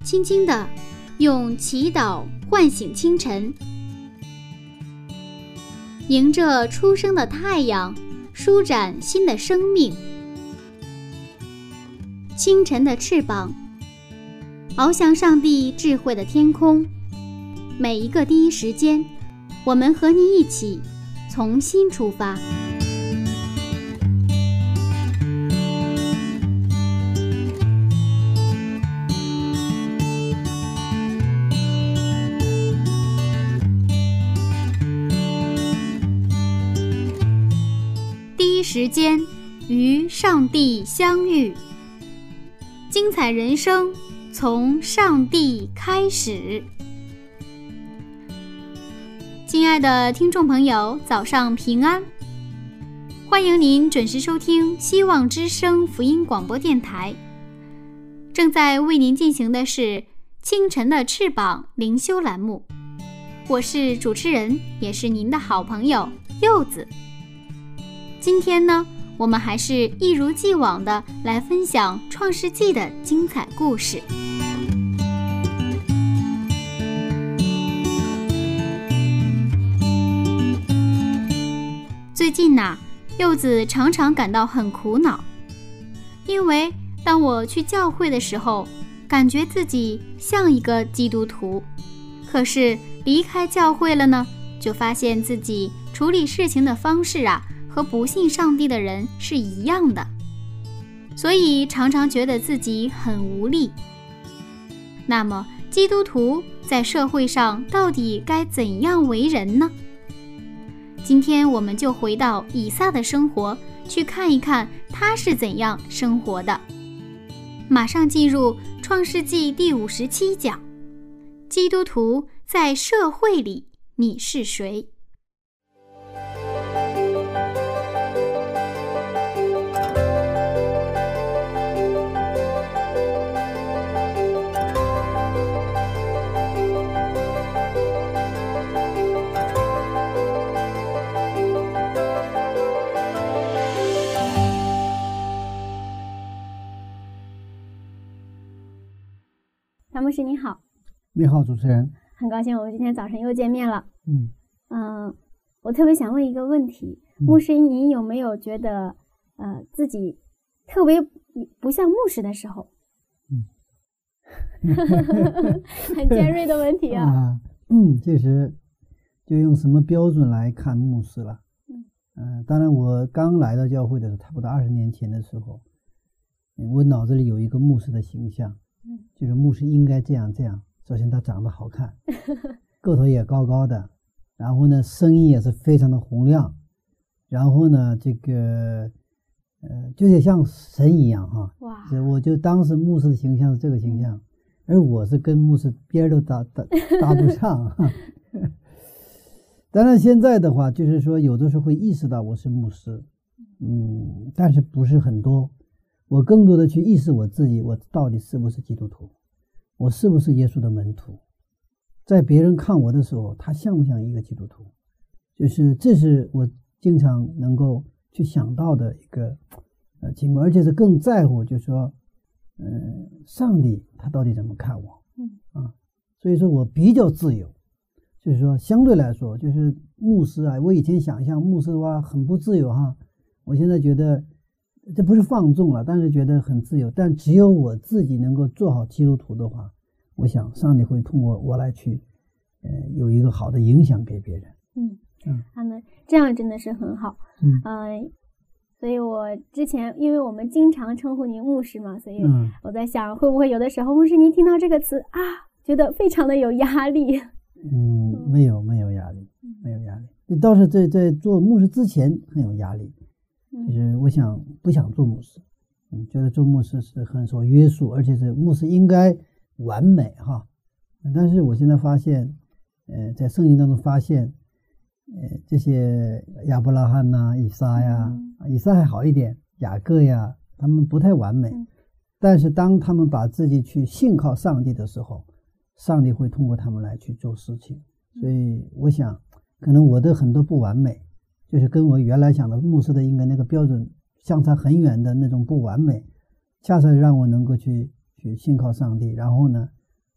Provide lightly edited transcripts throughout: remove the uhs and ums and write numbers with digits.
轻轻地用祈祷唤醒清晨，迎着初升的太阳，舒展新的生命。清晨的翅膀翱翔上帝智慧的天空，每一个第一时间，我们和你一起重新出发。第一时间与上帝相遇，精彩人生从上帝开始。亲爱的听众朋友，早上平安，欢迎您准时收听希望之声福音广播电台。正在为您进行的是清晨的翅膀灵修栏目，我是主持人，也是您的好朋友柚子。今天呢，我们还是一如既往的来分享创世纪的精彩故事。最近呢，柚子常常感到很苦恼，因为当我去教会的时候，感觉自己像一个基督徒，可是离开教会了呢，就发现自己处理事情的方式和不信上帝的人是一样的，所以常常觉得自己很无力。那么基督徒在社会上到底该怎样为人呢？今天我们就回到以撒的生活，去看一看他是怎样生活的。马上进入创世纪第57讲，基督徒在社会里你是谁？谭牧师你好。 你好，主持人。 很高兴我们今天早晨又见面了。我特别想问一个问题，牧师您有没有觉得自己特别不像牧师的时候？很尖锐的问题啊。 其实就用什么标准来看牧师了。当然我刚来到教会的时候，差不多20年前的时候，我脑子里有一个牧师的形象，就是牧师应该这样。首先他长得好看，个头也高高的，然后呢声音也是非常的洪亮，然后呢这个就得像神一样哈。哇！我就当时牧师的形象是这个形象，而我是跟牧师边都搭不上。当然现在的话，就是说有的时候会意识到我是牧师，但是不是很多。我更多的去意识我自己，我到底是不是基督徒，我是不是耶稣的门徒，在别人看我的时候，他像不像一个基督徒，就是这是我经常能够去想到的一个情况，而且是更在乎，就是说上帝他到底怎么看我。所以说我比较自由，就是说相对来说，就是牧师我以前想象牧师的话很不自由哈，我现在觉得这不是放纵了，但是觉得很自由。但只有我自己能够做好基督徒的话，我想上帝会通过我来去有一个好的影响给别人。 他们这样真的是很好。所以我之前因为我们经常称呼您牧师嘛，所以我在想会不会有的时候牧师您听到这个词觉得非常的有压力。 没有压力，没有压力。倒是在做牧师之前很有压力，就是我不想做牧师，觉得做牧师是很受约束，而且是牧师应该完美哈。但是我现在发现，在圣经当中发现，这些亚伯拉罕以撒以撒还好一点，雅各他们不太完美，但是当他们把自己去信靠上帝的时候，上帝会通过他们来去做事情。所以我想可能我的很多不完美，就是跟我原来想的牧师的应该那个标准相差很远的那种不完美，恰恰让我能够去信靠上帝，然后呢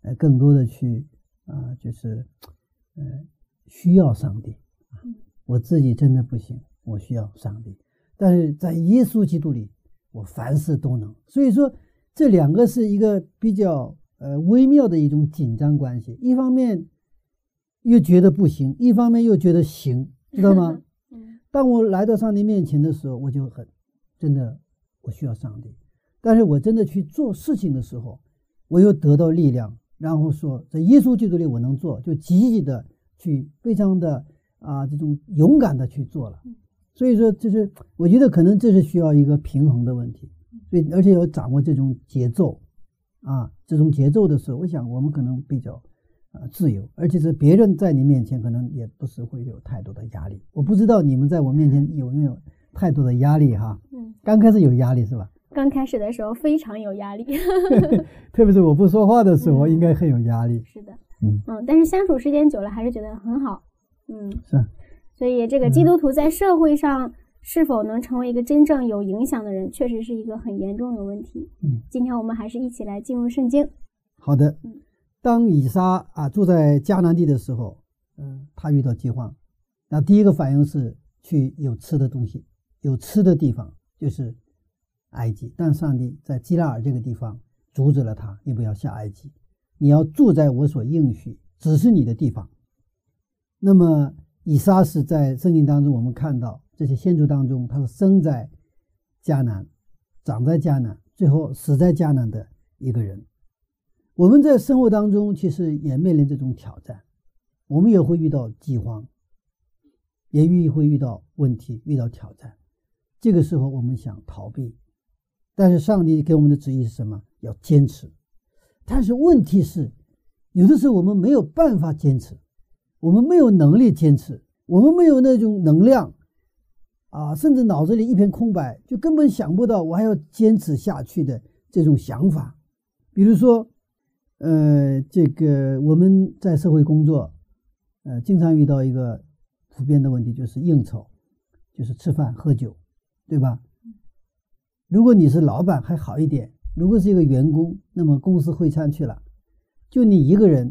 更多的去就是需要上帝。我自己真的不行，我需要上帝。但是在耶稣基督里，我凡事都能。所以说，这两个是一个比较微妙的一种紧张关系。一方面又觉得不行，一方面又觉得行，知道吗？当我来到上帝面前的时候，我就真的我需要上帝。但是我真的去做事情的时候，我又得到力量，然后说在耶稣基督里我能做，就积极的去非常的这种勇敢的去做了。所以说我觉得可能这是需要一个平衡的问题。所以而且要掌握这种节奏这种节奏的时候，我想我们可能比较自由，而且是别人在你面前可能也不是会有太多的压力。我不知道你们在我面前有没有太多的压力哈？刚开始有压力是吧？ 刚开始的时候非常有压力特别是我不说话的时候应该很有压力。 是的。但是相处时间久了还是觉得很好。 是。 所以这个基督徒在社会上是否能成为一个真正有影响的人，确实是一个很严重的问题。今天我们还是一起来进入圣经。 好的。当以撒住在迦南地的时候，他遇到饥荒，那第一个反应是去有吃的东西，有吃的地方就是埃及。但上帝在基拉尔这个地方阻止了他，你不要下埃及，你要住在我所应许只是你的地方。那么以撒是在圣经当中我们看到这些先祖当中，他是生在迦南，长在迦南，最后死在迦南的一个人。我们在生活当中其实也面临这种挑战，我们也会遇到饥荒，也会遇到问题，遇到挑战。这个时候我们想逃避，但是上帝给我们的旨意是什么？要坚持。但是问题是有的时候我们没有办法坚持，我们没有能力坚持，我们没有那种能量甚至脑子里一片空白，就根本想不到我还要坚持下去的这种想法。比如说这个我们在社会工作经常遇到一个普遍的问题，就是应酬，就是吃饭喝酒，对吧？如果你是老板还好一点，如果是一个员工，那么公司会餐去了，就你一个人，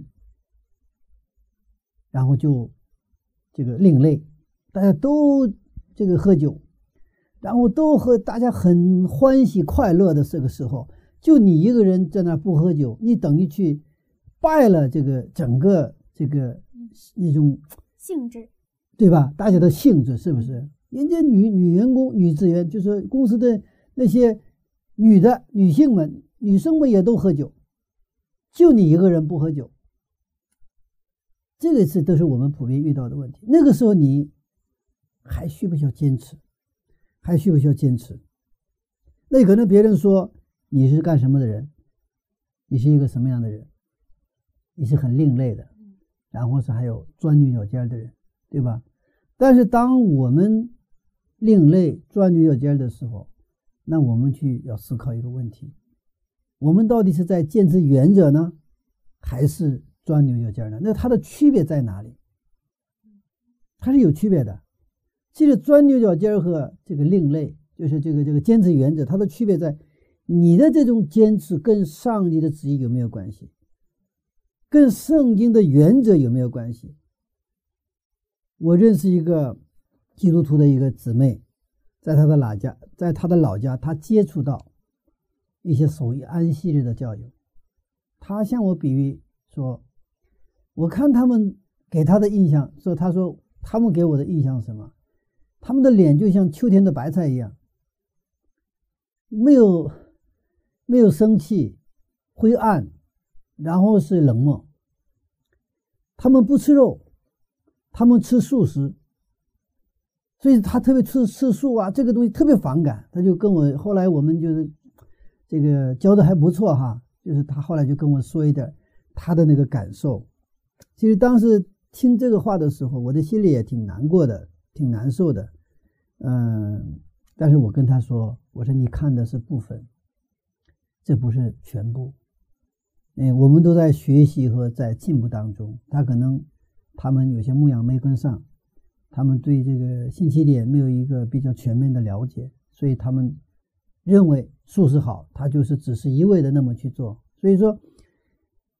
然后就这个另类，大家都这个喝酒，然后都和大家很欢喜快乐的这个时候，就你一个人在那不喝酒，你等于去败了这个整个这个那种性质， 对吧？大家的性质是不是？人家女员工、女职员，就是公司的那些女性们、女生们也都喝酒，就你一个人不喝酒。这个都是我们普遍遇到的问题。那个时候你还需不需要坚持？还需不需要坚持？那可能别人说你是干什么的人？你是一个什么样的人？你是很另类的，然后是还有钻牛角尖的人，对吧？但是当我们另类钻牛角尖的时候，那我们要思考一个问题，我们到底是在坚持原则呢，还是钻牛角尖呢？那它的区别在哪里？它是有区别的。其实钻牛角尖和这个另类，就是这个坚持原则，它的区别在你的这种坚持跟上帝的旨意有没有关系，跟圣经的原则有没有关系。我认识一个基督徒的一个姊妹，在她的老家她接触到一些所谓安息日的教友，她向我比喻说，我看他们给她的印象，她说他们给我的印象是什么？他们的脸就像秋天的白菜一样，没有生气，灰暗，然后是冷漠。他们不吃肉，他们吃素食，所以他特别吃素这个东西特别反感。他就跟我后来我们就是这个交的还不错哈，就是他后来就跟我说一点他的那个感受。其实当时听这个话的时候，我的心里也挺难过的，挺难受的。但是我跟他说，我说你看的是部分，这不是全部。我们都在学习和在进步当中。他们有些牧养没跟上，他们对这个信息点没有一个比较全面的了解，所以他们认为素食好，他就是只是一味的那么去做。所以说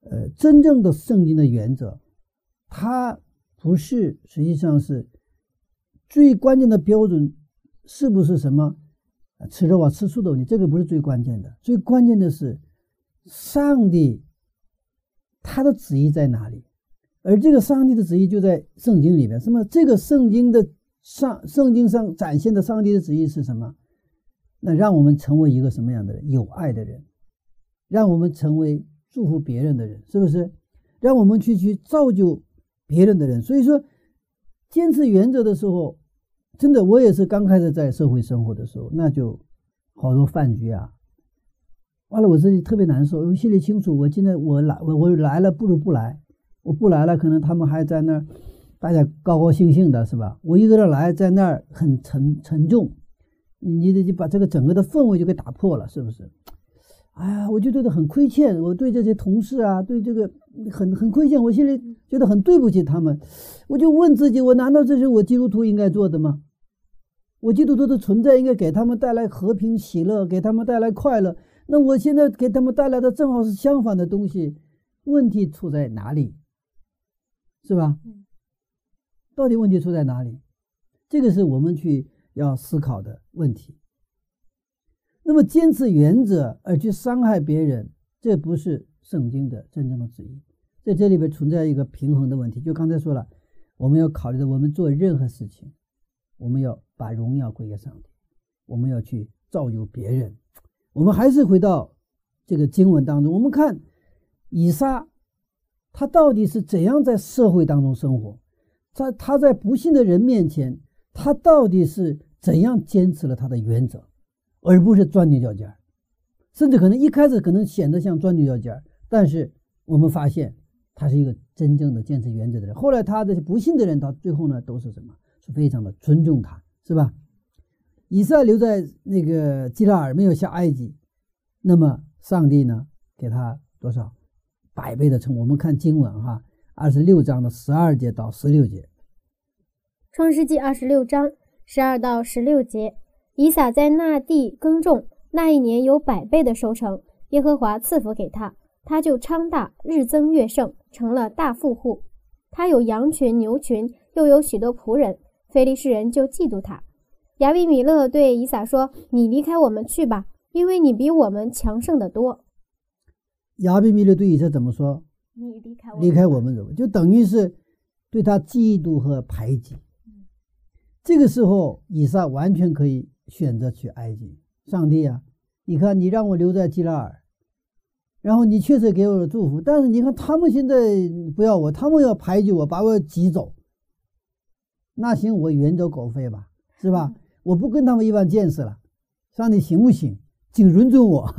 真正的圣经的原则，它不是实际上是最关键的标准，是不是什么吃肉啊吃素的问题，这个不是最关键的。最关键的是上帝他的旨意在哪里，而这个上帝的旨意就在圣经里面。什么？这个圣经上展现的上帝的旨意是什么？那让我们成为一个什么样的人？有爱的人，让我们成为祝福别人的人，是不是？让我们去造就别人的人。所以说坚持原则的时候，真的我也是刚开始在社会生活的时候，那就好多饭局啊，完了我自己特别难受，因为心里清楚，我现在我来了不如不来，我不来了可能他们还在那儿大家高高兴兴的，是吧？我一个人来在那儿很沉重，你就把这个整个的氛围就给打破了，是不是？哎呀，我就觉得很亏欠，我对这些同事啊，对这个很亏欠，我心里觉得很对不起他们。我就问自己，我难道这是我基督徒应该做的吗？我基督徒的存在应该给他们带来和平喜乐，给他们带来快乐，那我现在给他们带来的正好是相反的东西，问题出在哪里？是吧？到底问题出在哪里？这个是我们要思考的问题。那么坚持原则而去伤害别人，这不是圣经的真正的旨意。在这里边存在一个平衡的问题，就刚才说了，我们要考虑到我们做任何事情，我们要把荣耀归给上帝，我们要去造就别人。我们还是回到这个经文当中，我们看以撒他到底是怎样在社会当中生活，他在不信的人面前，他到底是怎样坚持了他的原则，而不是钻牛角尖，甚至可能一开始可能显得像钻牛角尖，但是我们发现他是一个真正的坚持原则的人。后来他的不信的人到最后呢，都是什么？是非常的尊重他，是吧？以撒留在那个基拉尔，没有下埃及，那么上帝呢给他多少100倍的称。我们看经文26章的12节到16节。 创世纪26章12到16节，以撒在那地耕种，那一年有100倍的收成，耶和华赐福给他，他就昌大，日增月盛，成了大富户。他有羊群牛群，又有许多仆人，非利士人就嫉妒他。亚比米勒对以撒说，你离开我们去吧，因为你比我们强盛得多。 亚比米勒对以撒怎么说？ 你离开我们走，就等于是对他嫉妒和排挤。这个时候以撒完全可以选择去埃及。上帝啊，你看你让我留在基拉尔，然后你确实给我的祝福，但是你看他们现在不要我，他们要排挤我，把我挤走，那行我远走狗飞吧，是吧？我不跟他们一般见识了，上帝行不行？请允准我。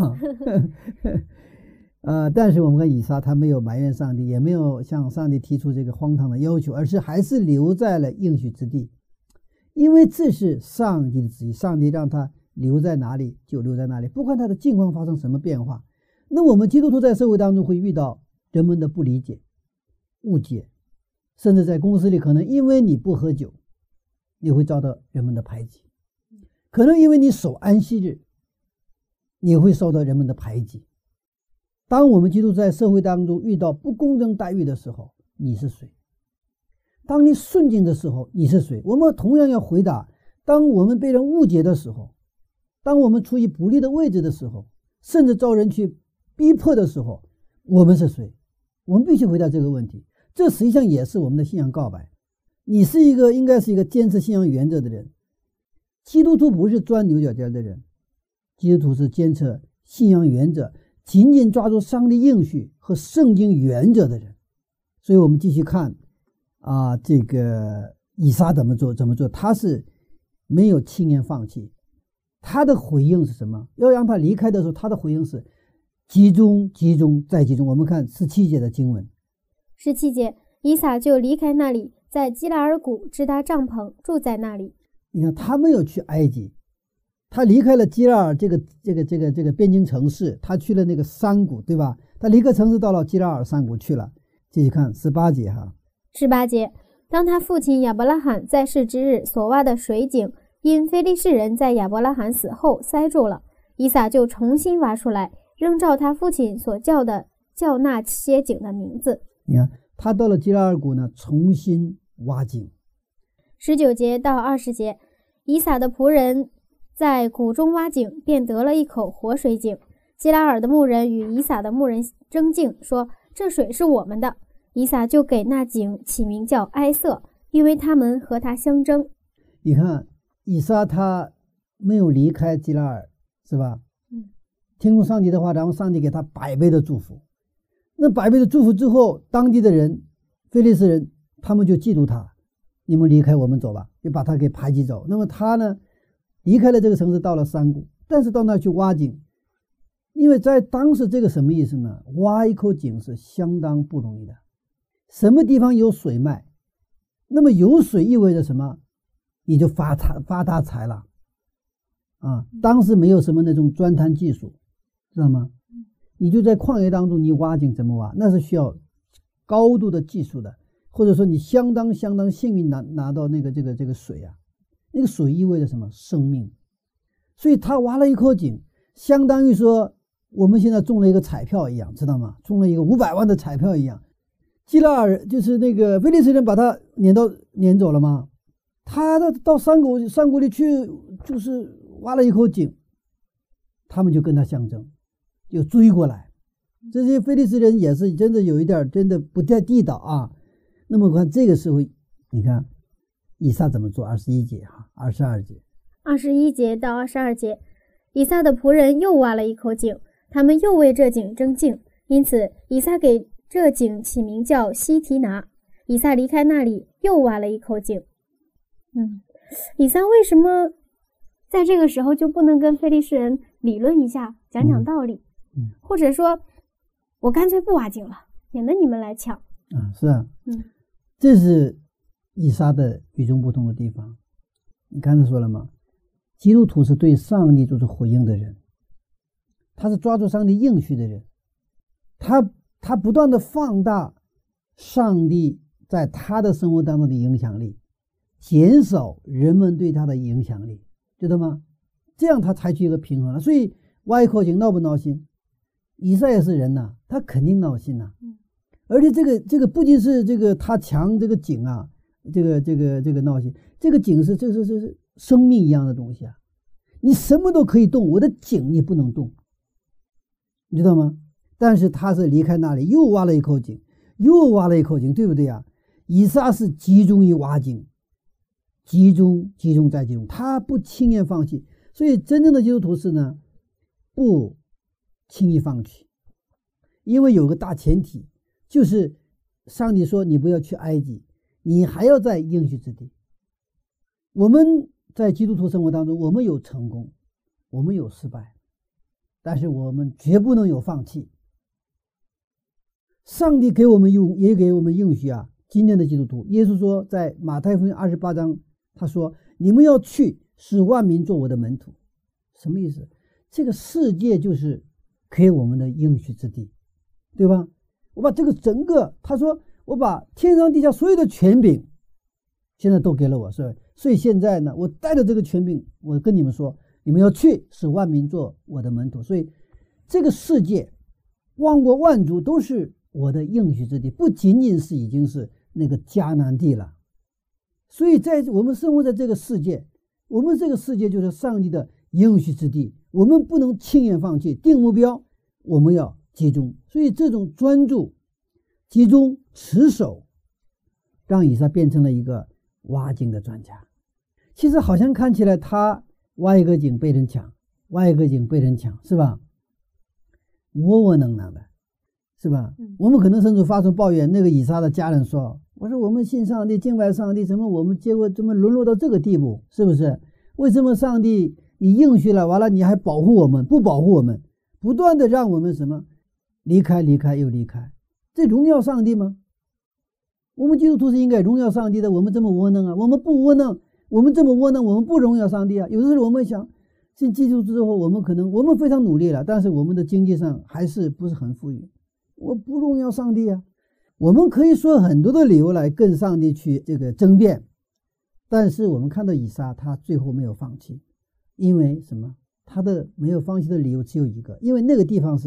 但是我们看以撒，他没有埋怨上帝，也没有向上帝提出这个荒唐的要求，而是还是留在了应许之地，因为这是上帝的旨意，上帝让他留在哪里就留在哪里，不管他的境况发生什么变化。那我们基督徒在社会当中会遇到人们的不理解、误解，甚至在公司里可能因为你不喝酒，你会遭到人们的排挤，可能因为你守安息日，你会受到人们的排挤。当我们基督徒在社会当中遇到不公正待遇的时候，你是谁？当你顺境的时候，你是谁？我们同样要回答，当我们被人误解的时候，当我们处于不利的位置的时候，甚至遭人去逼迫的时候，我们是谁？我们必须回答这个问题。这实际上也是我们的信仰告白。你是应该是一个坚持信仰原则的人。基督徒不是钻牛角尖的人，基督徒是坚持信仰原则，紧紧抓住上帝应许和圣经原则的人。所以我们继续看这个以撒怎么做，他是没有轻言放弃。他的回应是什么？要让他离开的时候，他的回应是集中再集中。我们看17节的经文。 17节，以撒就离开那里，在基拉尔谷支搭帐篷，住在那里。 你看他没有去埃及，他离开了基拉尔这个边境城市，他去了那个山谷，对吧？他离开城市到了基拉尔山谷去了。继续看18节 18节，当他父亲亚伯拉罕在世之日所挖的水井，因非利士人在亚伯拉罕死后塞住了，以撒就重新挖出来，仍照他父亲所叫的叫那些井的名字。 你看，他到了基拉尔谷呢，重新挖井。 19节到20节，以撒的仆人在谷中挖井，便得了一口活水井。基拉尔的牧人与以撒的牧人争竞，说：“这水是我们的。”以撒就给那井起名叫埃瑟，因为他们和他相争。 你看，以撒他没有离开基拉尔，是吧？听从上帝的话，然后上帝给他百倍的祝福。那百倍的祝福之后，当地的人，非利士人，他们就嫉妒他，你们离开我们走吧，就把他给排挤走。那么他呢，离开了这个城市，到了山谷，但是到那去挖井，因为在当时这个什么意思呢？挖一口井是相当不容易的。什么地方有水脉，那么有水意味着什么？你就发大财了啊！当时没有什么那种钻探技术，知道吗？你就在旷野当中，你挖井怎么挖？那是需要高度的技术的，或者说你相当幸运拿到这个水啊，那个水意味着什么？生命。所以他挖了一口井，相当于说我们现在中了一个彩票一样，知道吗？中了一个500万的彩票一样。基拉尔就是那个非利士人把他撵走了吗？他到山谷里去，就是挖了一口井，他们就跟他相争，就追过来。这些非利士人也是真的有一点真的不太地道啊。那么看这个时候，你看以撒怎么做？21节哈，22节 ，21节到22节，以撒的仆人又挖了一口井，他们又为这井争竞，因此以撒给这井起名叫西提拿。以撒离开那里，又挖了一口井。以撒为什么在这个时候就不能跟非利士人理论一下，讲道理，或者说我干脆不挖井了，免得你们来抢啊？是啊，这是以撒的与众不同的地方。你刚才说了吗？基督徒是对上帝做出回应的人，他是抓住上帝应许的人，他不断的放大上帝在他的生活当中的影响力，减少人们对他的影响力，知道吗？这样他采取一个平衡了。所以挖一口井闹不闹心？以撒也是人呐，他肯定闹心呐。而且这个不仅是这个他抢这个井啊，这个闹心，这个井是生命一样的东西啊，你什么都可以动，我的井你不能动，你知道吗？但是他是离开那里，又挖了一口井，对不对啊？以撒是集中于挖井，集中再集中，他不轻言放弃。所以真正的基督徒是呢，不轻易放弃，因为有个大前提，就是上帝说你不要去埃及，你还要在应许之地。我们在基督徒生活当中，我们有成功，我们有失败，但是我们绝不能有放弃。上帝也给我们应许啊。今天的基督徒，耶稣说在马太福音28章，他说你们要去使万民做我的门徒。什么意思？这个世界就是给我们的应许之地，对吧？我把这个整个，他说我把天上地下所有的权柄现在都给了我，所以现在呢，我带着这个权柄，我跟你们说，你们要去使万民做我的门徒。所以这个世界万国万族都是我的应许之地，不仅仅是已经是那个迦南地了。所以在我们生活在这个世界，我们这个世界就是上帝的应许之地，我们不能轻言放弃，定目标我们要集中。所以这种专注、集中、持守，让以撒变成了一个挖井的专家。其实好像看起来他挖一个井被人抢，是吧？窝囊的，是吧？我们可能甚至发出抱怨，那个以撒的家人说，我说我们信上帝敬拜上帝，怎么我们结果怎么沦落到这个地步，是不是？为什么上帝你应许了，完了你还保护我们，不保护我们，不断的让我们什么离开又离开，这荣耀上帝吗？我们基督徒是应该荣耀上帝的，我们这么窝囊啊，我们不窝囊，我们这么窝囊，我们不荣耀上帝啊。有的时候我们想信基督之后，我们非常努力了，但是我们的经济上还是不是很富裕，我不荣耀上帝啊。我们可以说很多的理由来跟上帝去这个争辩，但是我们看到以撒他最后没有放弃，因为什么？他的没有放弃的理由只有一个，因为那个地方是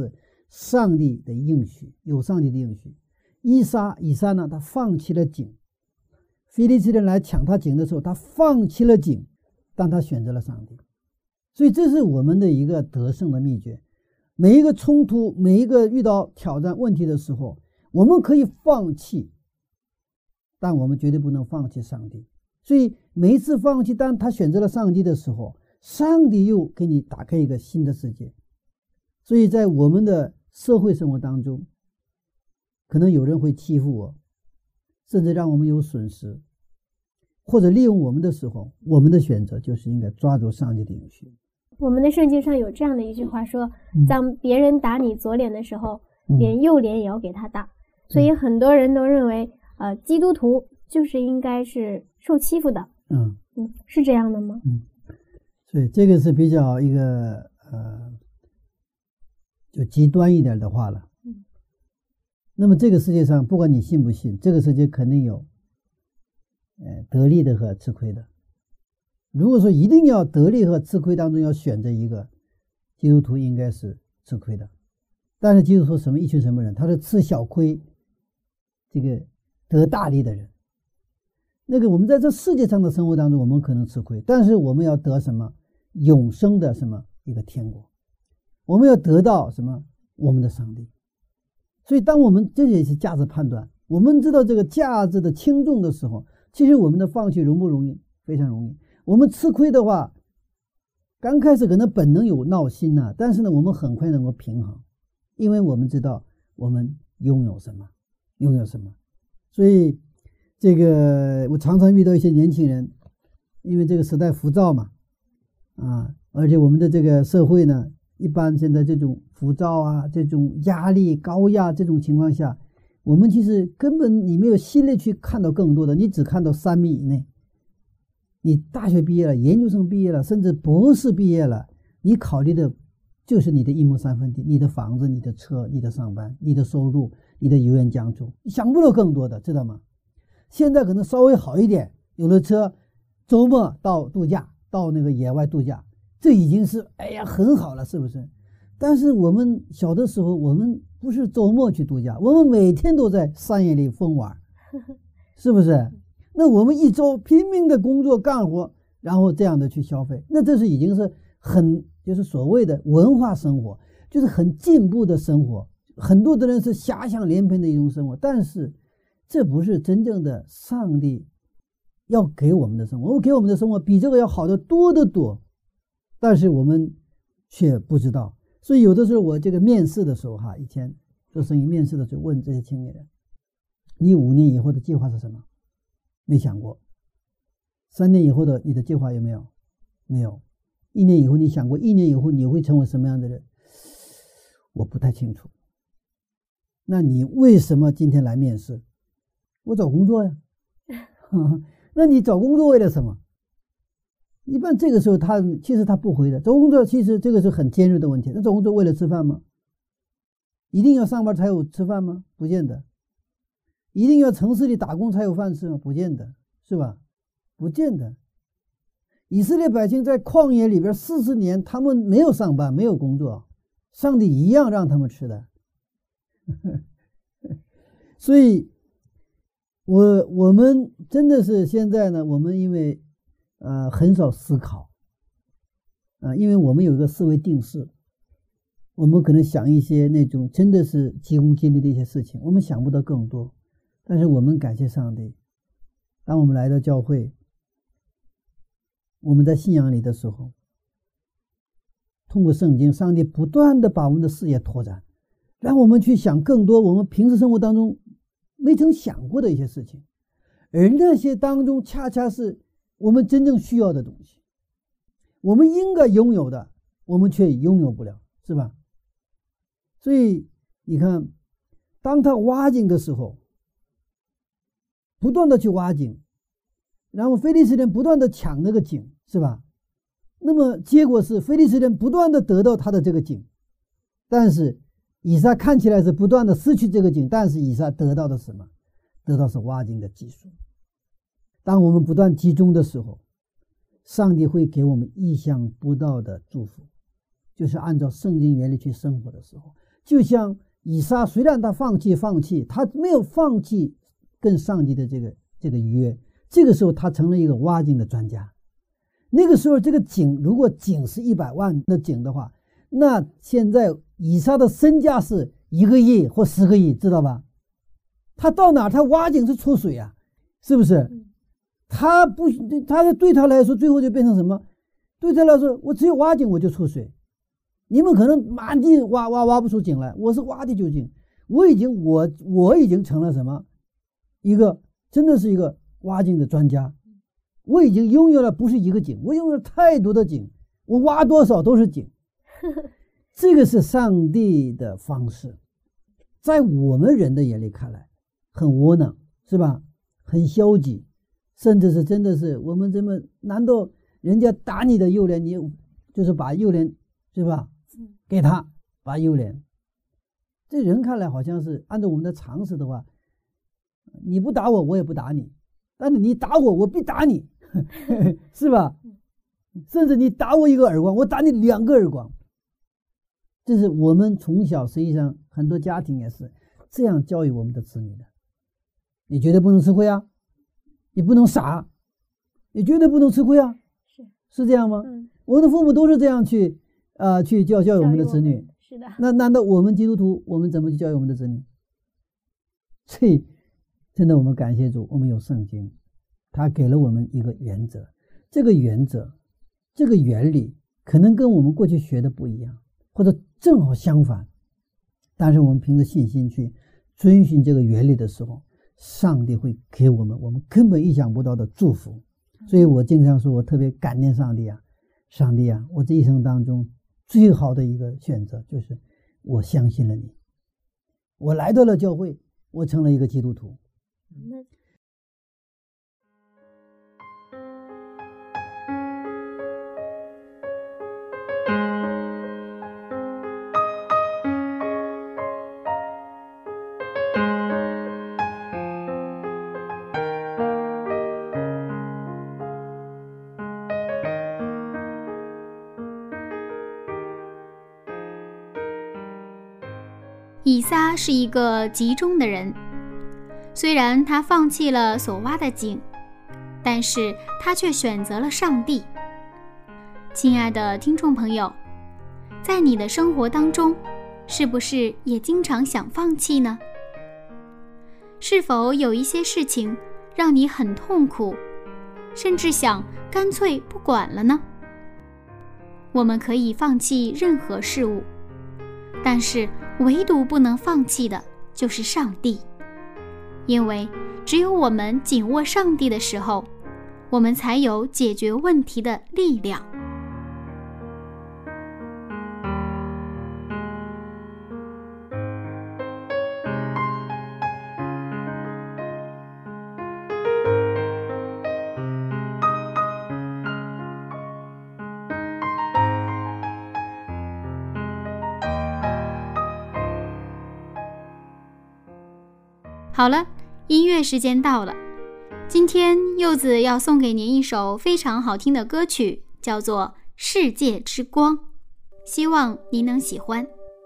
上帝的应许，有上帝的应许。以撒呢，他放弃了井，非利士人来抢他井的时候，他放弃了井，但他选择了上帝。所以这是我们的一个得胜的秘诀。每一个冲突，每一个遇到挑战问题的时候，我们可以放弃，但我们绝对不能放弃上帝。所以每一次放弃，当他选择了上帝的时候，上帝又给你打开一个新的世界。所以在我们的社会生活当中，可能有人会欺负我，甚至让我们有损失，或者利用我们的时候，我们的选择就是应该抓住上帝的应许。 我们的圣经上有这样的一句话说，当别人打你左脸的时候，连右脸也要给他打。所以很多人都认为基督徒就是应该是受欺负的。是这样的吗？ 所以这个是比较一个就极端一点的话了。那么这个世界上不管你信不信，这个世界肯定有得利的和吃亏的。如果说一定要得利和吃亏当中要选择一个，基督徒应该是吃亏的。但是基督徒一群什么人？他是吃小亏，这个得大利的人。那个我们在这世界上的生活当中，我们可能吃亏，但是我们要得什么？永生的一个天国。我们要得到什么？我们的上帝。所以当我们这也是价值判断，我们知道这个价值的轻重的时候，其实我们的放弃容不容易？非常容易。我们吃亏的话，刚开始可能本能有闹心啊，但是呢，我们很快能够平衡，因为我们知道我们拥有什么。所以这个我常常遇到一些年轻人，因为这个时代浮躁嘛，而且我们的这个社会呢，一般现在这种浮躁啊，这种压力高压这种情况下，我们其实根本你没有心力去看到更多的，你只看到3米以内。你大学毕业了，研究生毕业了，甚至博士毕业了，你考虑的就是你的1亩3分地，你的房子，你的车，你的上班，你的收入，你的油盐酱醋，你想不到更多的，知道吗？现在可能稍微好一点，有了车，周末到度假，到那个野外度假，这已经是很好了，是不是？但是我们小的时候，我们不是周末去度假，我们每天都在山野里疯玩，是不是？那我们一周拼命的工作干活，然后这样的去消费，那这是已经是就是所谓的文化生活，就是很进步的生活。很多的人是遐想连篇的一种生活，但是这不是真正的上帝要给我们的生活。我们给我们的生活比这个要好得多得多，但是我们却不知道。所以有的时候我这个面试的时候以前做生意面试的时候问这些青年人，你5年以后的计划是什么？没想过。3年以后的你的计划有没有？没有。1年以后你想过1年以后你会成为什么样的人？我不太清楚。那你为什么今天来面试？我找工作呀。那你找工作为了什么？一般这个时候其实他不回的。找工作其实这个是很尖锐的问题。那找工作为了吃饭吗？一定要上班才有吃饭吗？不见得。一定要城市里打工才有饭吃吗？不见得，是吧？不见得。以色列百姓在旷野里边40年，他们没有上班，没有工作，上帝一样让他们吃的。所以我们真的是现在呢，我们因为很少思考，因为我们有一个思维定式，我们可能想一些那种真的是急功近利的一些事情，我们想不到更多。但是我们感谢上帝，当我们来到教会，我们在信仰里的时候，通过圣经，上帝不断的把我们的视野拓展，让我们去想更多我们平时生活当中没曾想过的一些事情，而那些当中恰恰是我们真正需要的东西，我们应该拥有的，我们却拥有不了，是吧？所以你看，当他挖井的时候，不断的去挖井，然后非利士人不断的抢那个井，是吧？那么结果是非利士人不断的得到他的这个井，但是以撒看起来是不断的失去这个井，但是以撒得到的是什么？得到是挖井的技术。当我们不断集中的时候，上帝会给我们意想不到的祝福，就是按照圣经原理去生活的时候， 就像以撒，虽然他放弃，他没有放弃跟上帝的这个约，这个时候他成了一个挖井的专家。那个时候这个井，如果井是100万的井的话，那现在以撒的身价是1个亿或10个亿，知道吧？他到哪他挖井是出水啊，是不是？他对他来说最后就变成什么？对他来说，我只有挖井我就出水。你们可能满地挖不出井来，我是挖地就井。我已经成了什么？真的是一个挖井的专家。我已经拥有了不是一个井，我拥有了太多的井，我挖多少都是井。这个是上帝的方式，在我们人的眼里看来很窝囊，是吧？很消极，甚至是真的是我们这么，难道人家打你的幼莲，你就是把幼莲，是吧？给他把幼莲，这人看来好像是按照我们的常识的话，你不打我，我也不打你，但是你打我，我必打你，是吧？甚至你打我1个耳光，我打你2个耳光。这是我们从小实际上很多家庭也是这样教育我们的子女的。你绝对不能吃亏啊，你不能傻，你绝对不能吃亏啊，是这样吗？我们的父母都是这样去教育我们的子女。 是的。那难道我们基督徒我们怎么去教育我们的子女？所以真的我们感谢主，我们有圣经，他给了我们一个原则，这个原则这个原理可能跟我们过去学的不一样，或者正好相反，但是我们凭着信心去遵循这个原理的时候，上帝会给我们根本意想不到的祝福。所以我经常说，我特别感念上帝啊，我这一生当中最好的一个选择就是我相信了你，我来到了教会，我成了一个基督徒。 以撒是一个集中的人，虽然他放弃了所挖的井，但是他却选择了上帝。亲爱的听众朋友，在你的生活当中，是不是也经常想放弃呢？是否有一些事情让你很痛苦，甚至想干脆不管了呢？我们可以放弃任何事物，但是唯独不能放弃的就是上帝，因为只有我们紧握上帝的时候，我们才有解决问题的力量。好了，音乐时间到了。今天柚子要送给您一首非常好听的歌曲，叫做《世界之光》，希望您能喜欢。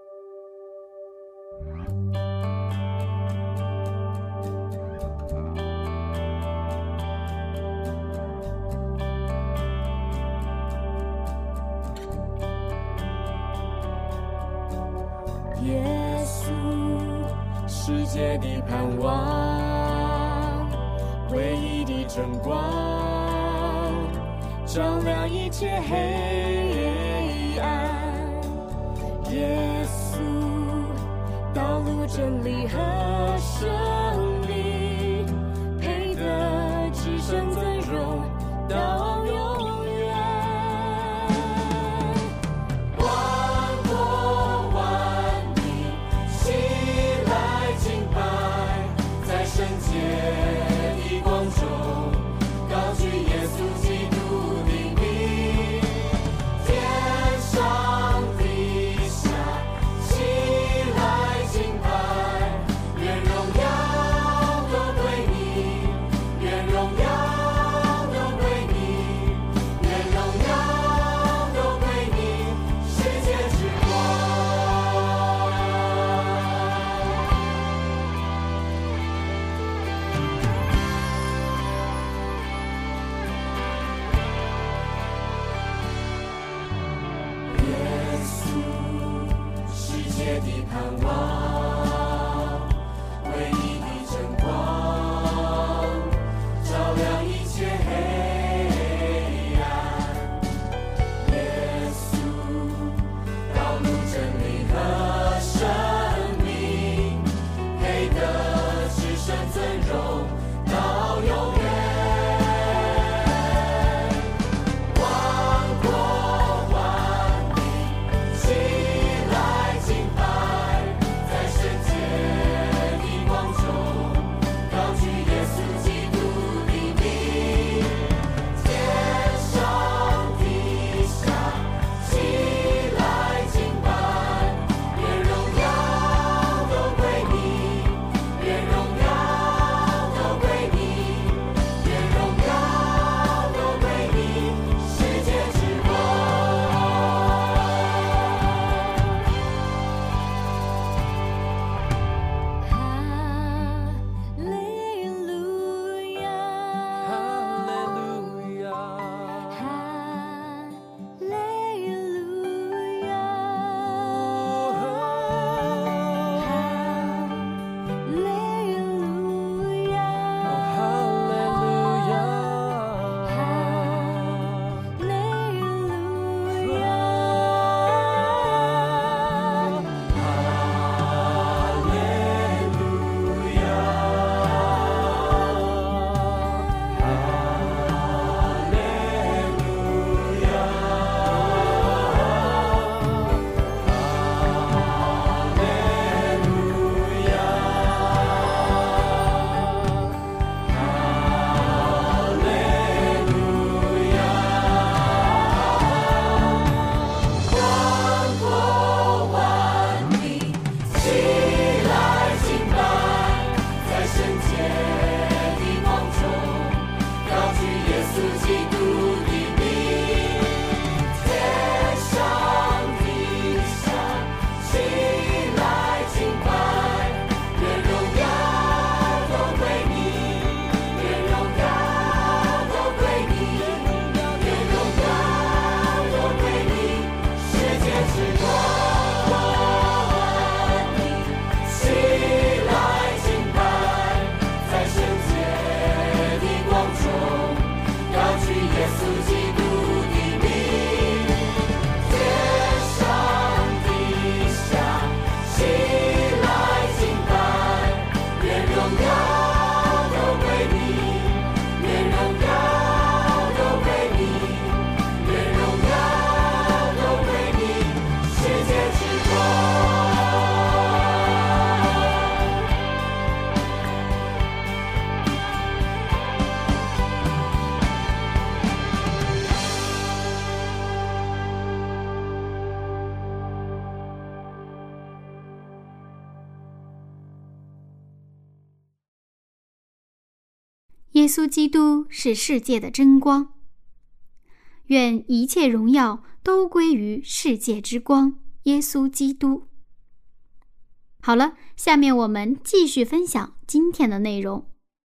耶稣，世界的盼望，唯一的真光，照亮一切黑暗。耶稣，道路真理和生命，配得至圣尊荣到永远。万国万民起来敬拜，在圣洁的光中高举耶稣基督的名，天上地下的盼望，唯一的真光，照亮一切黑暗。耶稣，道路、真理和生命，配得至圣尊荣到永远。万国万民起来敬拜，在圣洁的光中高举耶稣基督的名。天上地下起来敬拜，愿荣耀都归你，愿荣耀都归你，愿荣耀都归你，世界之王。哈利路亚，哈利路亚，哈利路亚，哈利路亚，哈利路亚，哈利路亚，哈利路亚。万国万民起来敬拜，在圣洁的光中高举耶稣基督的名。天上地下起来敬拜，愿荣耀都归你，愿荣耀都归你，愿荣耀都归你，世界之光。起来敬拜，在圣洁的光中高举耶稣基督的名。天上地下起来敬拜，愿荣耀都归你，愿荣耀都归你，愿荣耀都归你，世界之光。 耶稣基督是世界的真光，愿一切荣耀都归于世界之光耶稣基督。好了，下面我们继续分享今天的内容。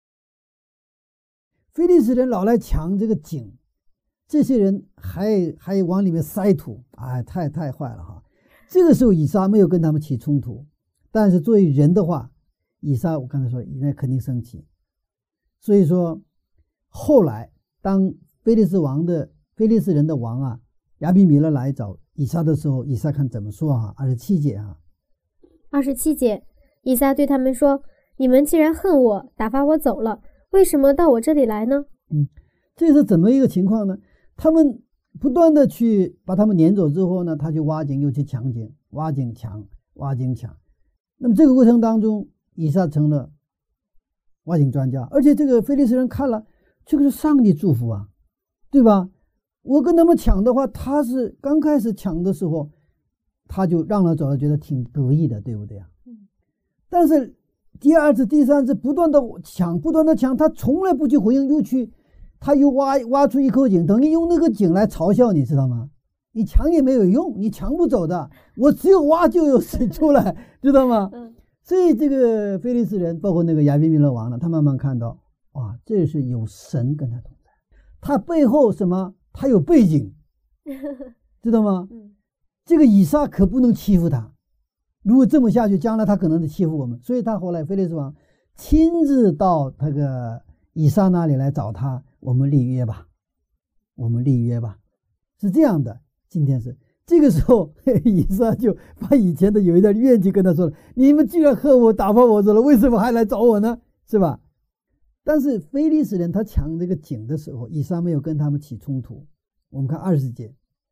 非利士人老来抢这个井，这些人还往里面塞土，哎，太坏了哈！这个时候以撒没有跟他们起冲突，但是作为人的话，以撒我刚才说那肯定生气。所以说后来当非利士人的王啊亚比米勒来找以撒的时候，以撒看怎么说啊？27节啊 27节，以撒对他们说：“你们既然恨我，打发我走了，为什么到我这里来呢？” 这是怎么一个情况呢？他们不断的去把他们撵走之后呢，他就挖井又去抢井，挖井抢。那么这个过程当中，以撒成了挖井专家，而且这个非利士人看了，这个是上帝祝福啊，对吧？我跟他们抢的话，他是刚开始抢的时候，他就让了走了，觉得挺得意的，对不对啊？但是第二次、第三次不断的抢，他从来不去回应，他又挖出一口井，等于用那个井来嘲笑你，知道吗？你抢也没有用，你抢不走的，我只有挖就有水出来，知道吗？所以这个非利士人，包括那个亚比米勒王呢，他慢慢看到，哇，这是有神跟他同在，他背后什么？他有背景，知道吗？这个以撒可不能欺负他， 如果这么下去，将来他可能得欺负我们。所以他后来菲利士王亲自到那个以撒那里来找他，我们立约吧，我们立约吧，是这样的。今天是这个时候，以撒就把以前的有一点怨气跟他说了：你们既然和我打发我走了，为什么还来找我呢？是吧？但是非利士人他抢这个井的时候，以撒没有跟他们起冲突。我们看20节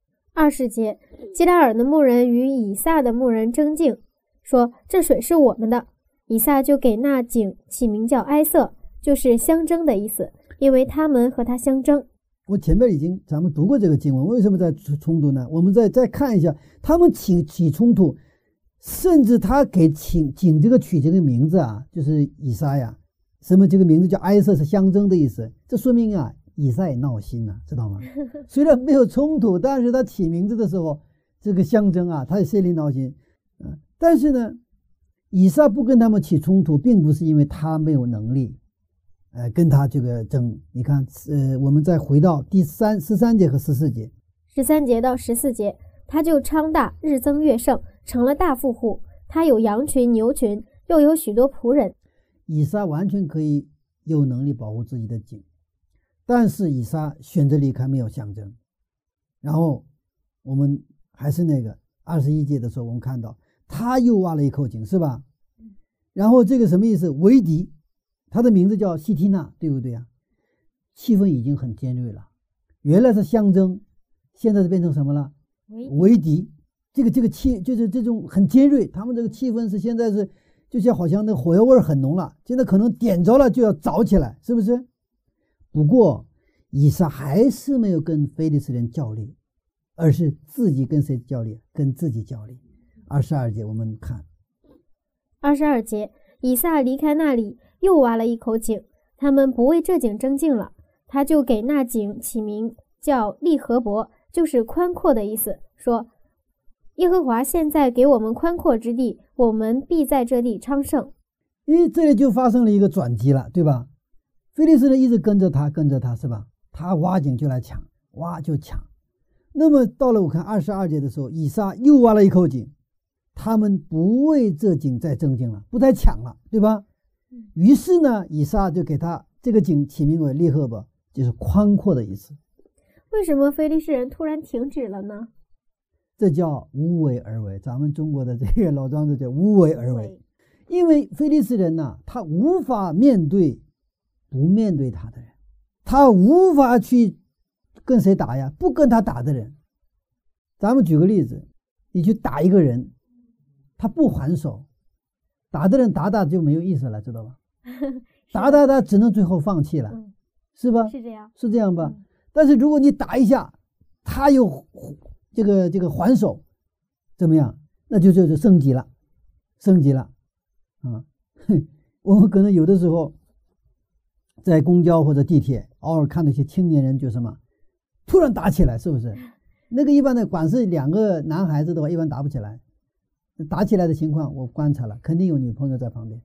，20节，基拉尔的牧人与以撒的牧人争竞，说这水是我们的。以撒就给那井起名叫埃瑟，就是相争的意思，因为他们和他相争。 我前面咱们读过这个经文，为什么在冲突呢？我们再看一下，他们起冲突，甚至他给井这个取这个名字啊，就是以撒呀，什么这个名字叫埃瑟是相争的意思，这说明啊，以撒也闹心了，知道吗？虽然没有冲突，但是他起名字的时候，这个相争啊，他也心里闹心。但是呢，以撒不跟他们起冲突，并不是因为他没有能力，跟他这个争。你看，我们再回到13节和14节 ，13节到14节，他就昌大，日增月盛，成了大富户。他有羊群、牛群，又有许多仆人。 以撒完全可以有能力保护自己的井，但是以撒选择离开，没有相争。然后我们还是那个21节的时候，我们看到他又挖了一口井，是吧？然后这个什么意思？为敌，他的名字叫希提娜，对不对啊？气氛已经很尖锐了，原来是相争，现在是变成什么了？为敌。这个就是这种很尖锐，他们这个气氛是现在是就像好像那火药味很浓了，现在可能点着了就要着起来，是不是？不过以撒还是没有跟非利士人较力，而是自己跟谁较力？跟自己较力。22节我们看 22节，以撒离开那里，又挖了一口井，他们不为这井争竞了，他就给那井起名叫利河伯，就是宽阔的意思，说耶和华现在给我们宽阔之地，我们必在这地昌盛。 这里就发生了一个转机了，对吧？非利士人一直跟着他是吧？他挖井就来抢，挖就抢。那么到了我看22节的时候，以撒又挖了一口井，他们不为这井再争竞了，不再抢了，对吧？于是呢，以撒就给他这个井起名为利河伯，就是宽阔的意思。 为什么非利士人突然停止了呢？ 这叫无为而为，咱们中国的这个老庄子叫无为而为。因为非利士人呢，他无法面对不面对他的人，他无法去跟谁打呀？不跟他打的人。咱们举个例子，你去打一个人，他不还手，打的人打就没有意思了，知道吧？打只能最后放弃了，是吧？是这样吧？但是如果你打一下，他又这个还手，怎么样？那就是升级了啊！我们可能有的时候在公交或者地铁，偶尔看到一些青年人就什么突然打起来，是不是？那个一般的，管是2个男孩子的话，一般打不起来。打起来的情况我观察了，肯定有女朋友在旁边。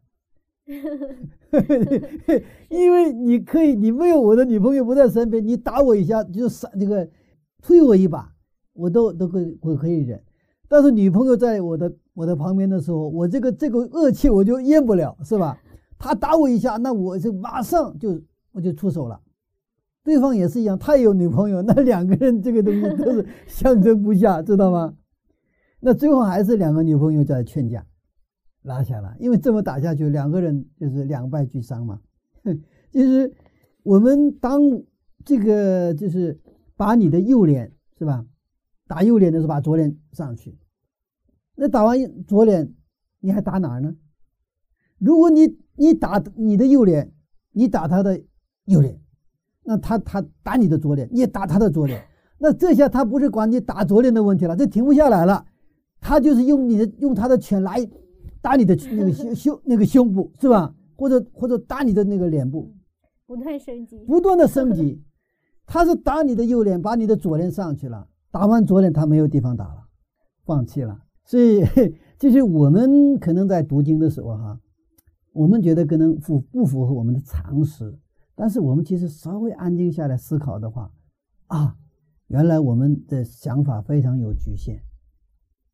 因为你没有我的女朋友不在身边，你打我一下就是这个推我一把，我都可以忍。但是女朋友在我的旁边的时候，我这个恶气我就咽不了，是吧？他打我一下，那我就马上我就出手了。对方也是一样，他也有女朋友，那2个人这个东西都是相争不下，知道吗？那最后还是2个女朋友在劝架，拉下来，因为这么打下去，2个人就是2败俱伤嘛。就是我们当这个就是把你的右脸，是吧？打右脸的时候把左脸上去，那打完左脸你还打哪儿呢？如果你打你的右脸，你打他的右脸，那他打你的左脸，你也打他的左脸，那这下他不是管你打左脸的问题了，这停不下来了，他就是用他的拳来打你的那个胸部，是吧？或者打你的那个脸部， 不断的升级。他是打你的右脸，把你的左脸上去了，打完左脸他没有地方打了，放弃了。所以就是我们可能在读经的时候我们觉得可能不符合我们的常识，但是我们其实稍微安静下来思考的话原来我们的想法非常有局限。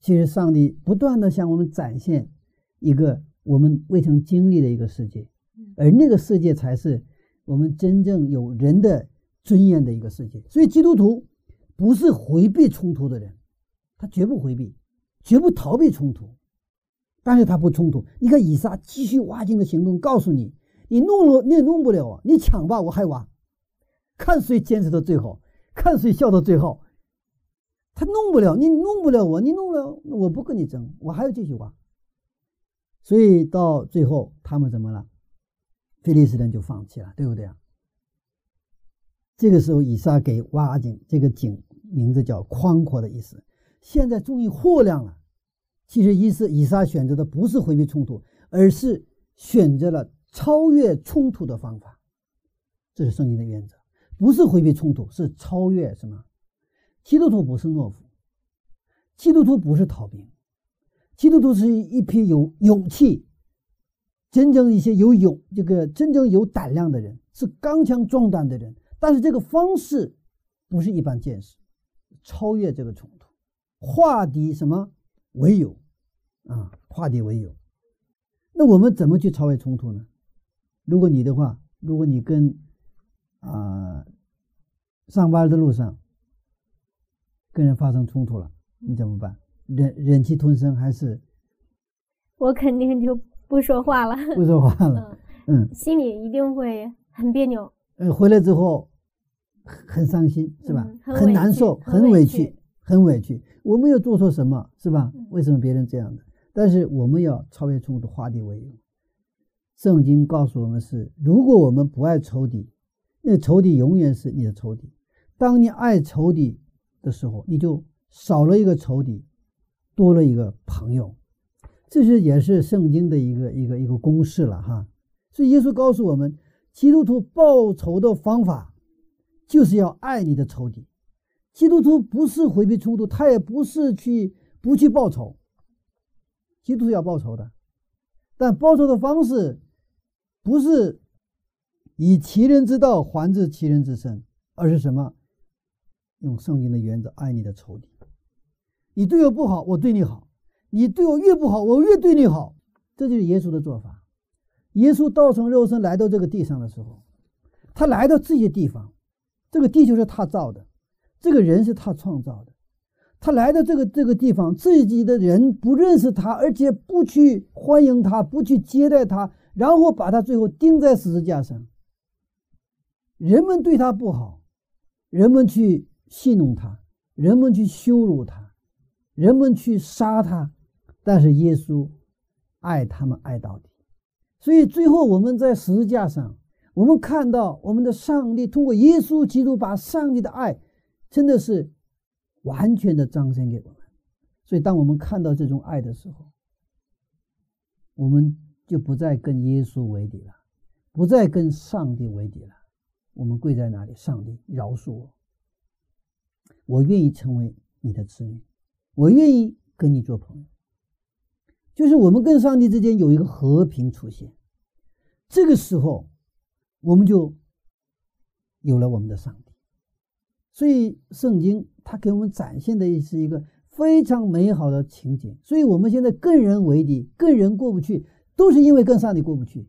其实上帝不断的向我们展现一个我们未曾经历的一个世界，而那个世界才是我们真正有人的尊严的一个世界。所以基督徒不是回避冲突的人，他绝不回避，绝不逃避冲突，但是他不冲突。你看以撒继续挖井的行动，告诉你，你弄了你也弄不了啊，你抢吧，我还挖，看谁坚持到最后，看谁笑到最后。他弄不了，你弄不了我，你弄了我不跟你争，我还要继续挖。所以到最后他们怎么了？非利士人就放弃了，对不对啊？这个时候以撒给挖井，这个井名字叫宽阔的意思。现在终于货亮了。其实以撒选择的不是回避冲突，而是选择了超越冲突的方法。这是圣经的原则，不是回避冲突，是超越什么？基督徒不是懦夫，基督徒不是逃兵，基督徒是一批有勇气、真正一些真正有胆量的人，是刚强壮胆的人。但是这个方式不是一般见识，超越这个冲突，化敌什么为友啊？化敌为友。那我们怎么去超越冲突呢？如果你跟上班的路上跟人发生冲突了，你怎么办？忍气吞声还是？ 我肯定就不说话了， 不说话了。 心里一定会很别扭。 回来之后很伤心，是吧？ 很难受，很委屈。我没有做错什么，是吧？为什么别人这样的？但是我们要超越冲突，化敌为友。圣经告诉我们是，如果我们不爱仇敌，那仇敌永远是你的仇敌。当你爱仇敌的时候，你就少了一个仇敌，多了一个朋友。这也是圣经的一个公式了哈。所以耶稣告诉我们，基督徒报仇的方法就是要爱你的仇敌。基督徒不是回避冲突，他也不是不去报仇。基督徒要报仇的，但报仇的方式不是以其人之道还治其人之身，而是什么？用圣经的原则爱你的仇敌。你对我不好，我对你好；你对我越不好，我越对你好。这就是耶稣的做法。耶稣道成肉身来到这个地上的时候，他来到这些地方，这个地球是他造的，这个人是他创造的。他来到这个地方，自己的人不认识他，而且不去欢迎他，不去接待他，然后把他最后钉在十字架上。人们对他不好，人们去戏弄他，人们去羞辱他，人们去杀他，但是耶稣爱他们爱到底。所以最后我们在十字架上，我们看到我们的上帝通过耶稣基督把上帝的爱真的是完全的彰显给我们。所以当我们看到这种爱的时候，我们就不再跟耶稣为敌了，不再跟上帝为敌了。我们跪在哪里？上帝饶恕我，我愿意成为你的子女，我愿意跟你做朋友。就是我们跟上帝之间有一个和平出现，这个时候我们就有了我们的上帝。所以圣经它给我们展现的是一个非常美好的情景。所以我们现在跟人为敌，跟人过不去，都是因为跟上帝过不去。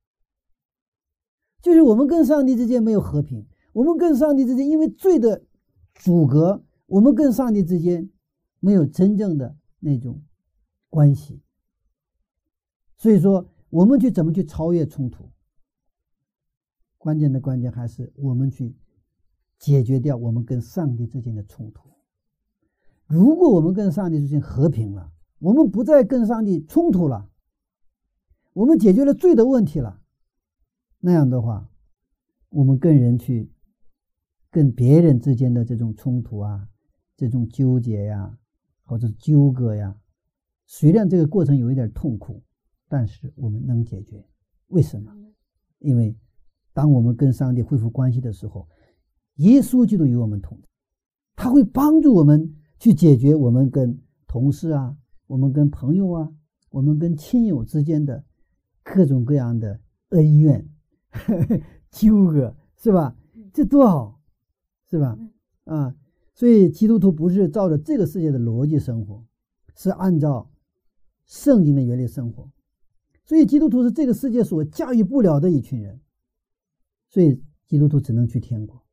就是我们跟上帝之间没有和平，我们跟上帝之间因为罪的阻隔，我们跟上帝之间没有真正的那种关系。所以说我们怎么去超越冲突，关键还是我们去解决掉我们跟上帝之间的冲突。如果我们跟上帝之间和平了，我们不再跟上帝冲突了，我们解决了罪的问题了，那样的话，我们跟别人之间的这种冲突啊，这种纠结呀，或者纠葛呀，虽然这个过程有一点痛苦，但是我们能解决。为什么？因为当我们跟上帝恢复关系的时候，耶稣基督与我们同在，他会帮助我们去解决我们跟同事啊，我们跟朋友啊，我们跟亲友之间的各种各样的恩怨纠葛，是吧？这多好，是吧？所以基督徒不是照着这个世界的逻辑生活， 是按照圣经的原理生活。所以基督徒是这个世界所驾驭不了的一群人，所以基督徒只能去天国。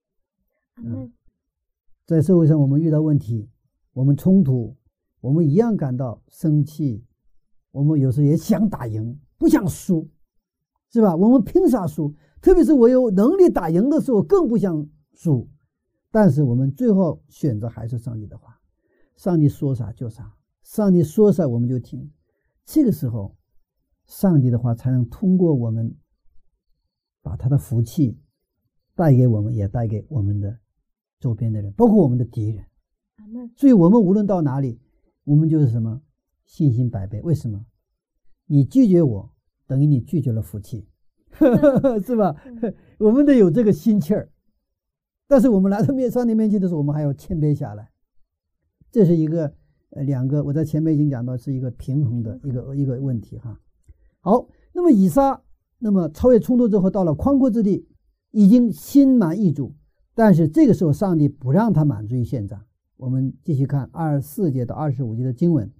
在社会上我们遇到问题，我们冲突，我们一样感到生气，我们有时候也想打赢，不想输，是吧？我们凭啥输？特别是我有能力打赢的时候更不想输，但是我们最后选择还是上帝的话，上帝说啥就啥，上帝说啥我们就听。这个时候上帝的话才能通过我们把他的福气带给我们，也带给我们的周边的人，包括我们的敌人。所以我们无论到哪里，我们就是什么？信心百倍。为什么？你拒绝我，等于你拒绝了福气，是吧？我们得有这个心气儿。但是我们来到上帝面前的时候，我们还要谦卑下来。这是一个两个，我在前面已经讲到是一个平衡的一个问题哈。好，那么以撒那么超越冲突之后，到了宽阔之地，已经心满意足，但是这个时候上帝不让他满足于现状。我们继续看24节到25节的经文。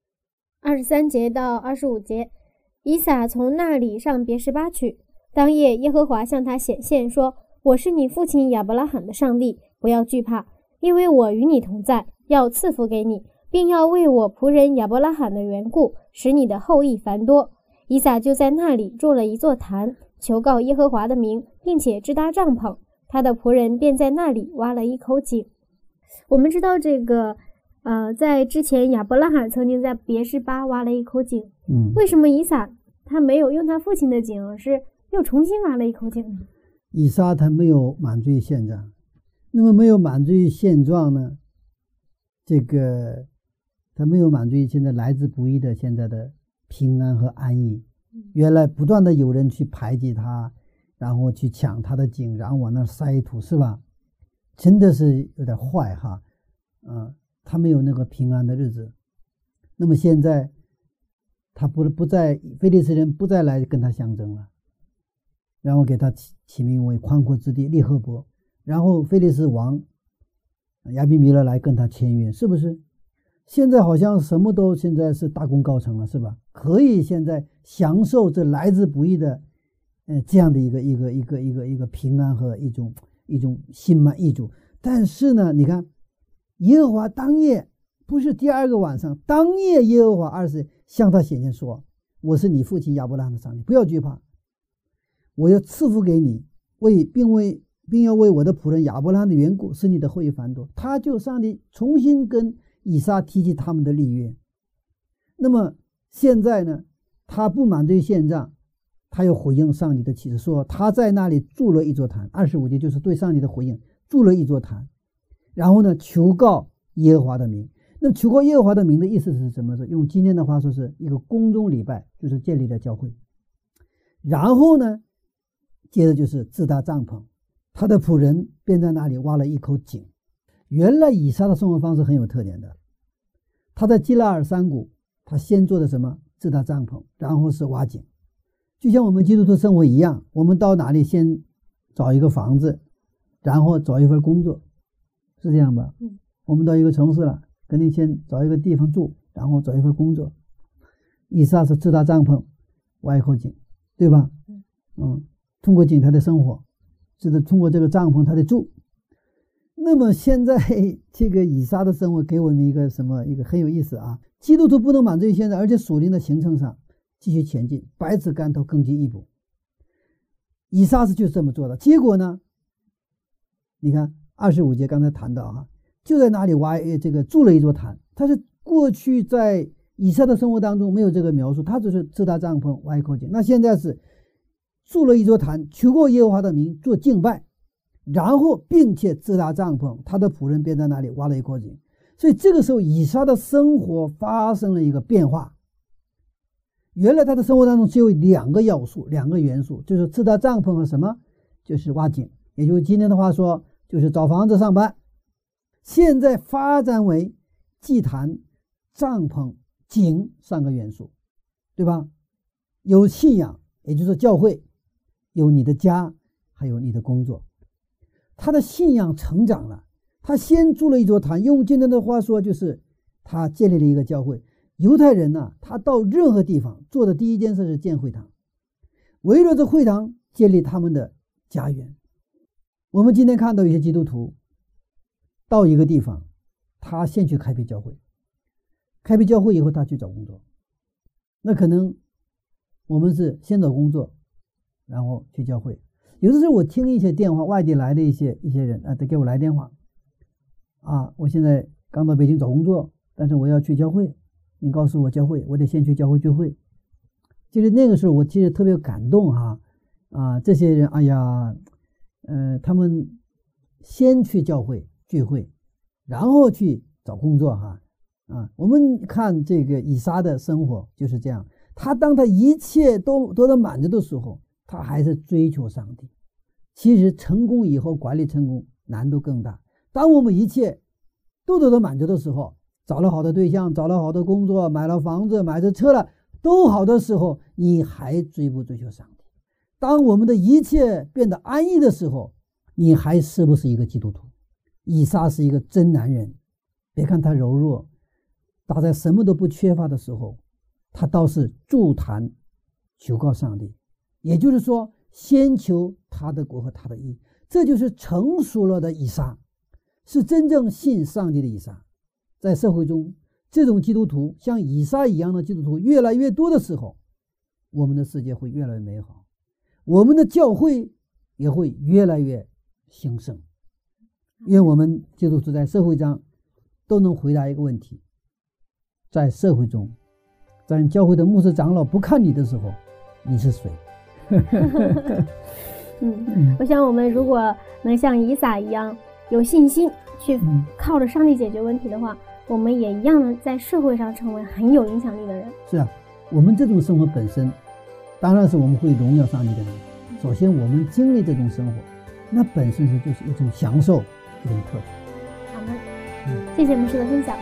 23节到25节，以撒从那里上别是巴去。当夜耶和华向他显现说，我是你父亲亚伯拉罕的上帝，不要惧怕，因为我与你同在，要赐福给你，并要为我仆人亚伯拉罕的缘故，使你的后裔繁多。以撒就在那里筑了一座坛，求告耶和华的名，并且支搭帐篷。他的仆人便在那里挖了一口井。我们知道这个在之前亚伯拉罕曾经在别是巴挖了一口井，为什么以撒他没有用他父亲的井，而是又重新挖了一口井呢？ 以撒他没有满足于现状，那么没有满足于现状呢，这个他没有满足于现在来之不易的现在的平安和安逸。原来不断的有人去排挤他，然后去抢他的井，然后往那塞土，是吧？真的是有点坏哈，他没有那个平安的日子。那么现在他不再，非利士人不再来跟他相争了，然后给他起名为宽阔之地利赫伯，然后非利士王亚比米勒来跟他签约，是不是？现在好像什么都现在是大功告成了，是吧？可以现在享受这来之不易的这样的一个平安和一种心满意足。但是呢，你看耶和华当夜，不是第二个晚上，当夜耶和华20向他显现说，我是你父亲亚伯拉罕的上帝，不要惧怕，我要赐福给你，并要为我的仆人亚伯拉罕的缘故使你的后裔繁多。他就上帝重新跟以撒提起他们的立约。那么现在呢，他不满足于现状，他又回应上帝的启示，说他在那里筑了一座坛。25节就是对上帝的回应，筑了一座坛，然后呢求告耶和华的名。那么求告耶和华的名的意思是什么？用今天的话说是一个宫中礼拜，就是建立了教会。然后呢接着就是支搭帐篷，他的仆人便在那里挖了一口井。原来以撒的生活方式很有特点的，他在基拉尔山谷，他先做的什么？支搭帐篷，然后是挖井。就像我们基督徒生活一样，我们到哪里先找一个房子，然后找一份工作，是这样吧？我们到一个城市了，肯定先找一个地方住，然后找一份工作。以撒是支搭帐篷，挖一口井，对吧？通过井他的生活，是通过这个帐篷他的住。那么现在这个以撒的生活给我们一个很有意思啊！基督徒不能满足于现在，而且属灵的行程上继续前进，百尺竿头更进一步。以撒是就是这么做的。结果呢，你看25节刚才谈到啊，就在那里筑了一座坛。他是过去在以撒的生活当中没有这个描述，他只是支搭帐篷挖一口井。那现在是筑了一座坛，求过耶和华的名做敬拜，然后并且支搭帐篷，他的仆人便在那里挖了一口井。所以这个时候以撒的生活发生了一个变化。原来他的生活当中只有两个元素，就是支搭帐篷和什么？就是挖井，也就是今天的话说就是找房子上班。现在发展为祭坛、帐篷、井3个元素，对吧？有信仰，也就是教会，有你的家，还有你的工作。他的信仰成长了，他先筑了一座坛，用今天的话说就是他建立了一个教会。 犹太人呢，他到任何地方做的第一件事是建会堂，围绕着会堂建立他们的家园。我们今天看到有些基督徒到一个地方，他先去开辟教会，开辟教会以后他去找工作。那可能我们是先找工作，然后去教会。有的时候我听一些电话，外地来的一些人他给我来电话我现在刚到北京找工作，但是我要去教会，你告诉我教会，我得先去教会聚会。就是那个时候我其实特别感动这些人他们先去教会聚会，然后去找工作我们看这个以撒的生活就是这样，当他一切都得到满足的时候，他还是追求上帝。其实成功以后，管理成功难度更大。当我们一切都得到满足的时候，找了好的对象，找了好的工作，买了房子，买了车了，都好的时候，你还追不追求上帝？当我们的一切变得安逸的时候，你还是不是一个基督徒？以撒是一个真男人，别看他柔弱，他在什么都不缺乏的时候，他倒是筑坛求告上帝，也就是说先求他的国和他的义。这就是成熟了的以撒，是真正信上帝的以撒。在社会中，这种基督徒像以撒一样的基督徒越来越多的时候，我们的世界会越来越美好，我们的教会也会越来越兴盛。愿我们基督徒在社会上都能回答一个问题：在社会中，在教会的牧师长老不看你的时候，你是谁？ 我想我们如果能像以撒一样有信心去靠着上帝解决问题的话，我们也一样在社会上成为很有影响力的人。 是我们这种生活本身当然是我们会荣耀上帝的人。首先我们经历这种生活，那本身就是一种享受，一种特权。 好的，谢谢牧师的分享。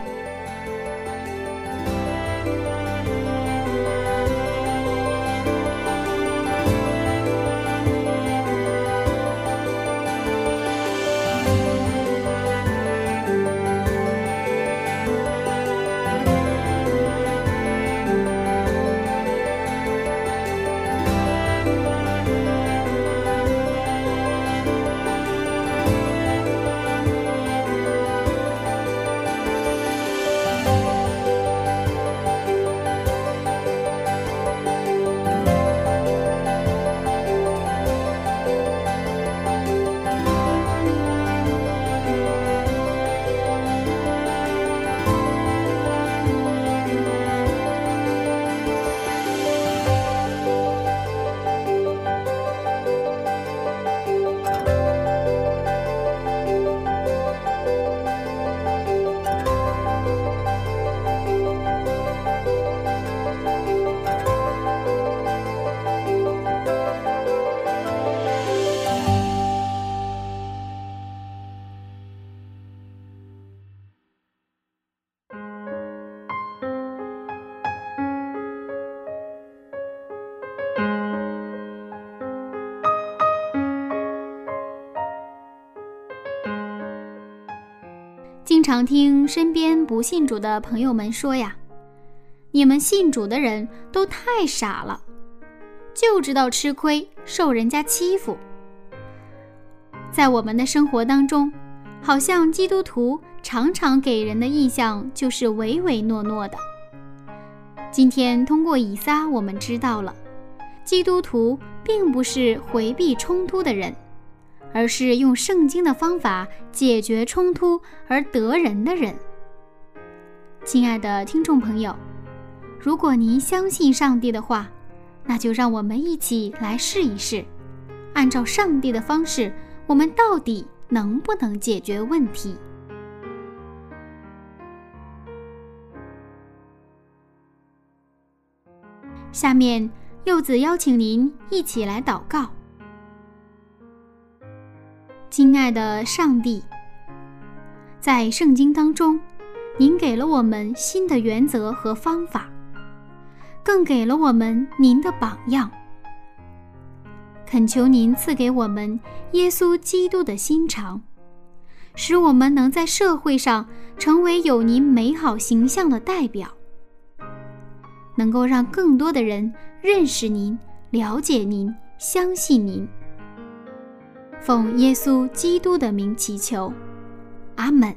经常听身边不信主的朋友们说呀，你们信主的人都太傻了，就知道吃亏，受人家欺负。在我们的生活当中，好像基督徒常常给人的印象就是唯唯诺诺的。今天通过以撒，我们知道了，基督徒并不是回避冲突的人，而是用圣经的方法解决冲突而得人的人。亲爱的听众朋友，如果您相信上帝的话，那就让我们一起来试一试，按照上帝的方式，我们到底能不能解决问题？下面柚子邀请您一起来祷告。亲爱的上帝，在圣经当中，您给了我们新的原则和方法，更给了我们您的榜样。恳求您赐给我们耶稣基督的心肠，使我们能在社会上成为有您美好形象的代表。 能够让更多的人认识您、了解您、相信您。奉耶稣基督的名祈求，阿们。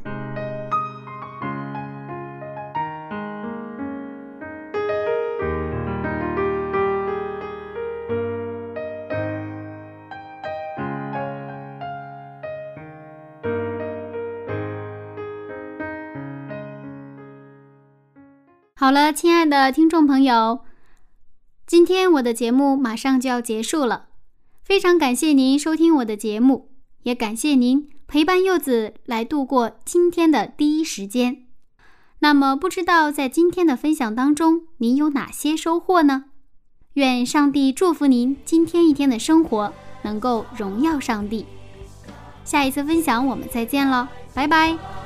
好了，亲爱的听众朋友，今天我的节目马上就要结束了，非常感谢您收听我的节目，也感谢您陪伴柚子来度过今天的第一时间。那么不知道在今天的分享当中，您有哪些收获呢？愿上帝祝福您今天一天的生活能够荣耀上帝。下一次分享我们再见了，拜拜。